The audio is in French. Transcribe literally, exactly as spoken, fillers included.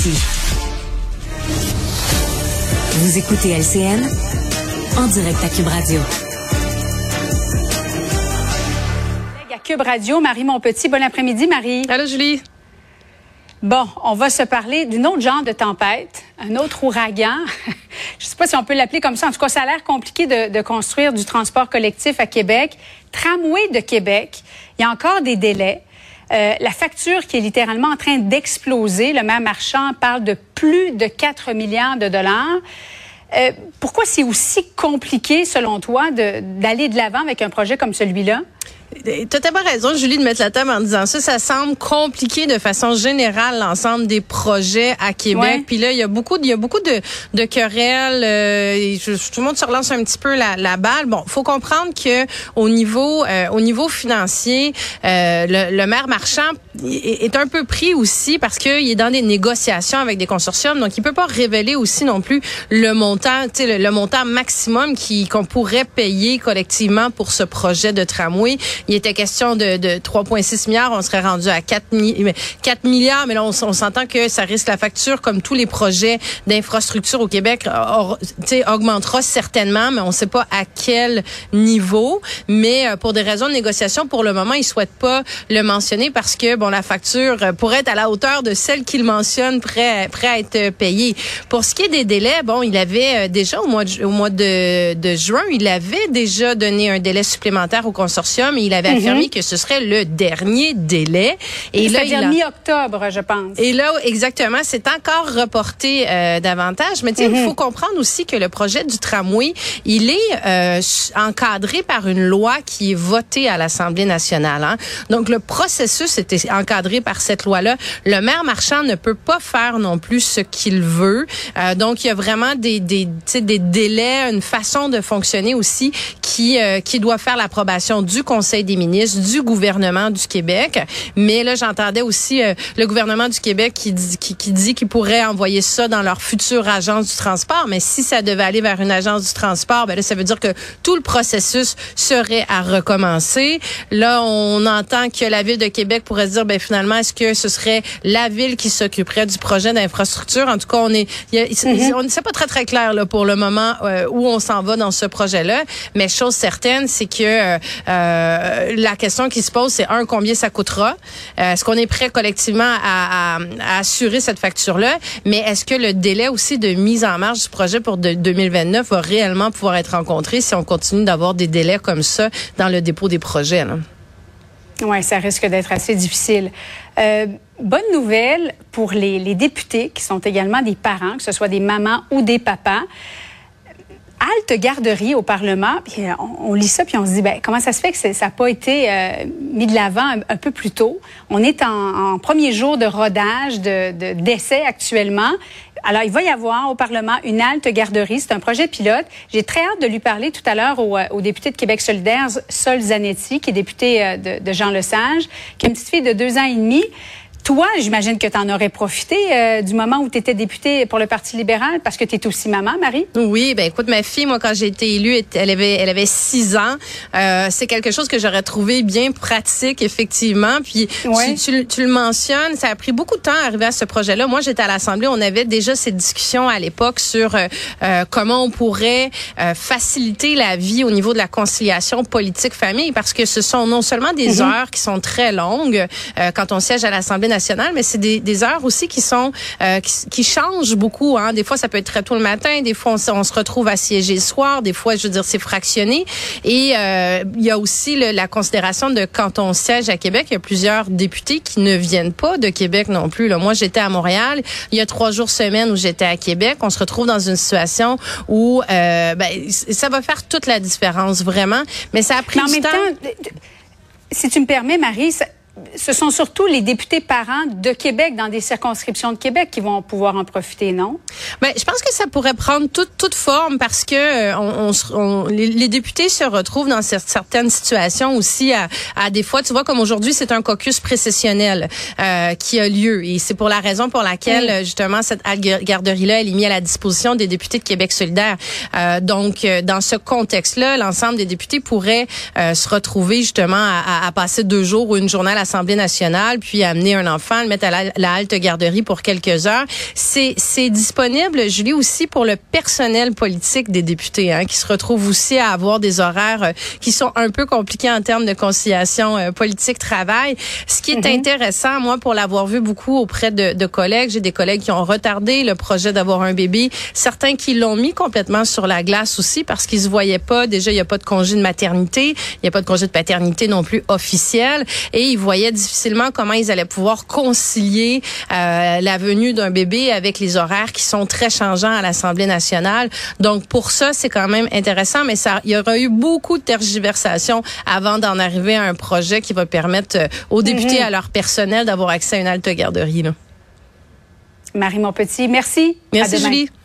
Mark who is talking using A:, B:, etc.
A: Marcoux. Vous écoutez L C N en direct à Cube Radio.
B: À Cube Radio, Marie Montpetit. Bon après-midi, Marie.
C: Allô, Julie.
B: Bon, on va se parler d'une autre genre de tempête, un autre ouragan. Je ne sais pas si on peut l'appeler comme ça. En tout cas, ça a l'air compliqué de, de construire du transport collectif à Québec. Tramway de Québec, il y a encore des délais. Euh, la facture qui est littéralement en train d'exploser. Le maire Marchand parle de plus de quatre milliards de dollars. Euh, pourquoi c'est aussi compliqué, selon toi, de, d'aller de l'avant avec un projet comme celui-là?
C: Tu as tellement raison, Julie, de mettre la table en disant ça. Ça semble compliqué de façon générale l'ensemble des projets à Québec. Ouais. Puis là, il y a beaucoup, il y a beaucoup de, de querelles. Euh, je, tout le monde se relance un petit peu la, la balle. Bon, faut comprendre que au niveau, euh, au niveau financier, euh, le, le maire Marchand est, est un peu pris aussi parce qu'il est dans des négociations avec des consortiums. Donc, il peut pas révéler aussi non plus le montant, tu sais, le, le montant maximum qui qu'on pourrait payer collectivement pour ce projet de tramway. Il était question de, de trois virgule six milliards, on serait rendu à quatre milliards, mais là, on, on s'entend que ça risque la facture, comme tous les projets d'infrastructure au Québec, or, augmentera certainement, mais on ne sait pas à quel niveau. Mais euh, pour des raisons de négociation, pour le moment, ils ne souhaitent pas le mentionner parce que bon, la facture pourrait être à la hauteur de celle qu'ils mentionnent, prêt, prêt à être payée. Pour ce qui est des délais, bon, il avait déjà au mois de, au mois de, de juin, il avait déjà donné un délai supplémentaire au consortium et il avait affirmé mm-hmm. que ce serait le dernier délai.
B: Et là, c'est-à-dire mi-octobre, je pense.
C: Et là, exactement, c'est encore reporté euh, davantage. Mais tu sais, mm-hmm. il faut comprendre aussi que le projet du tramway, il est euh, encadré par une loi qui est votée à l'Assemblée nationale. Hein. Donc, le processus était encadré par cette loi-là. Le maire Marchand ne peut pas faire non plus ce qu'il veut. Euh, donc, il y a vraiment des, des, tu sais, des délais, une façon de fonctionner aussi qui, euh, qui doit faire l'approbation du Conseil des ministres, du gouvernement du Québec. Mais là, j'entendais aussi euh, le gouvernement du Québec qui dit qui, qui dit qu'il pourrait envoyer ça dans leur future agence du transport. Mais si ça devait aller vers une agence du transport, ben là, ça veut dire que tout le processus serait à recommencer. Là, on entend que la Ville de Québec pourrait se dire, ben finalement, est-ce que ce serait la Ville qui s'occuperait du projet d'infrastructure? En tout cas, on est, il y a, mm-hmm. on, c'est pas très, très clair là, pour le moment euh, où on s'en va dans ce projet-là. Mais chose certaine, c'est que euh, la question qui se pose, c'est un, combien ça coûtera? Euh, est-ce qu'on est prêt collectivement à, à, à assurer cette facture-là? Mais est-ce que le délai aussi de mise en marche du projet pour de, deux mille vingt-neuf va réellement pouvoir être rencontré si on continue d'avoir des délais comme ça dans le dépôt des projets, là?
B: Oui, ça risque d'être assez difficile. Euh, bonne nouvelle pour les, les députés qui sont également des parents, que ce soit des mamans ou des papas. Halte garderie au Parlement, puis on, on lit ça puis on se dit ben comment ça se fait que ça n'a pas été euh, mis de l'avant un, un peu plus tôt. On est en, en premier jour de rodage, de, de d'essai actuellement. Alors il va y avoir au Parlement une halte garderie, c'est un projet pilote. J'ai très hâte de lui parler tout à l'heure au, au député de Québec solidaire, Sol Zanetti, qui est député de, de Jean Lesage, qui a une petite fille de deux ans et demi. Toi, j'imagine que tu en aurais profité euh, du moment où tu étais députée pour le Parti libéral parce que tu es aussi maman, Marie.
C: Oui, ben écoute, ma fille, moi, quand j'ai été élue, elle avait elle avait six ans. Euh, c'est quelque chose que j'aurais trouvé bien pratique, effectivement. Puis ouais. tu, tu, tu le mentionnes, ça a pris beaucoup de temps à arriver à ce projet-là. Moi, j'étais à l'Assemblée, on avait déjà cette discussion à l'époque sur euh, euh, comment on pourrait euh, faciliter la vie au niveau de la conciliation politique-famille parce que ce sont non seulement des mm-hmm. heures qui sont très longues euh, quand on siège à l'Assemblée nationale, mais c'est des, des heures aussi qui sont euh, qui, qui changent beaucoup. Hein. Des fois, ça peut être très tôt le matin. Des fois, on, on se retrouve à siéger le soir. Des fois, je veux dire, c'est fractionné. Et euh, il y a aussi le, la considération de quand on siège à Québec, il y a plusieurs députés qui ne viennent pas de Québec non plus. Là. Moi, j'étais à Montréal. Il y a trois jours semaine où j'étais à Québec. On se retrouve dans une situation où euh, ben, ça va faire toute la différence, vraiment. Mais ça a pris
B: du temps. Mais en même temps, si tu me permets, Marie, ça, ce sont surtout les députés parents de Québec dans des circonscriptions de Québec qui vont pouvoir en profiter, non?
C: Ben, je pense que ça pourrait prendre toute toute forme parce que euh, on, on, on les, les députés se retrouvent dans certaines situations aussi à, à des fois, tu vois, comme aujourd'hui, c'est un caucus précessionnel euh, qui a lieu et c'est pour la raison pour laquelle oui. justement cette garderie-là elle est mise à la disposition des députés de Québec solidaire. Euh, donc, dans ce contexte-là, l'ensemble des députés pourraient euh, se retrouver justement à, à, à passer deux jours ou une journée à l'Assemblée l'Assemblée nationale, puis amener un enfant, le mettre à la, la halte garderie pour quelques heures. C'est, c'est disponible, Julie, aussi pour le personnel politique des députés, hein, qui se retrouvent aussi à avoir des horaires euh, qui sont un peu compliqués en termes de conciliation euh, politique-travail. Ce qui est mm-hmm. intéressant, moi, pour l'avoir vu beaucoup auprès de, de collègues, j'ai des collègues qui ont retardé le projet d'avoir un bébé, certains qui l'ont mis complètement sur la glace aussi parce qu'ils se voyaient pas. Déjà, il n'y a pas de congé de maternité, il n'y a pas de congé de paternité non plus officiel, et ils voyaient difficilement comment ils allaient pouvoir concilier euh, la venue d'un bébé avec les horaires qui sont très changeants à l'Assemblée nationale. Donc, pour ça, c'est quand même intéressant, mais ça, il y aura eu beaucoup de tergiversations avant d'en arriver à un projet qui va permettre euh, aux députés, mm-hmm. à leur personnel, d'avoir accès à une halte garderie, là.
B: Marie Montpetit, merci.
C: Merci, Julie.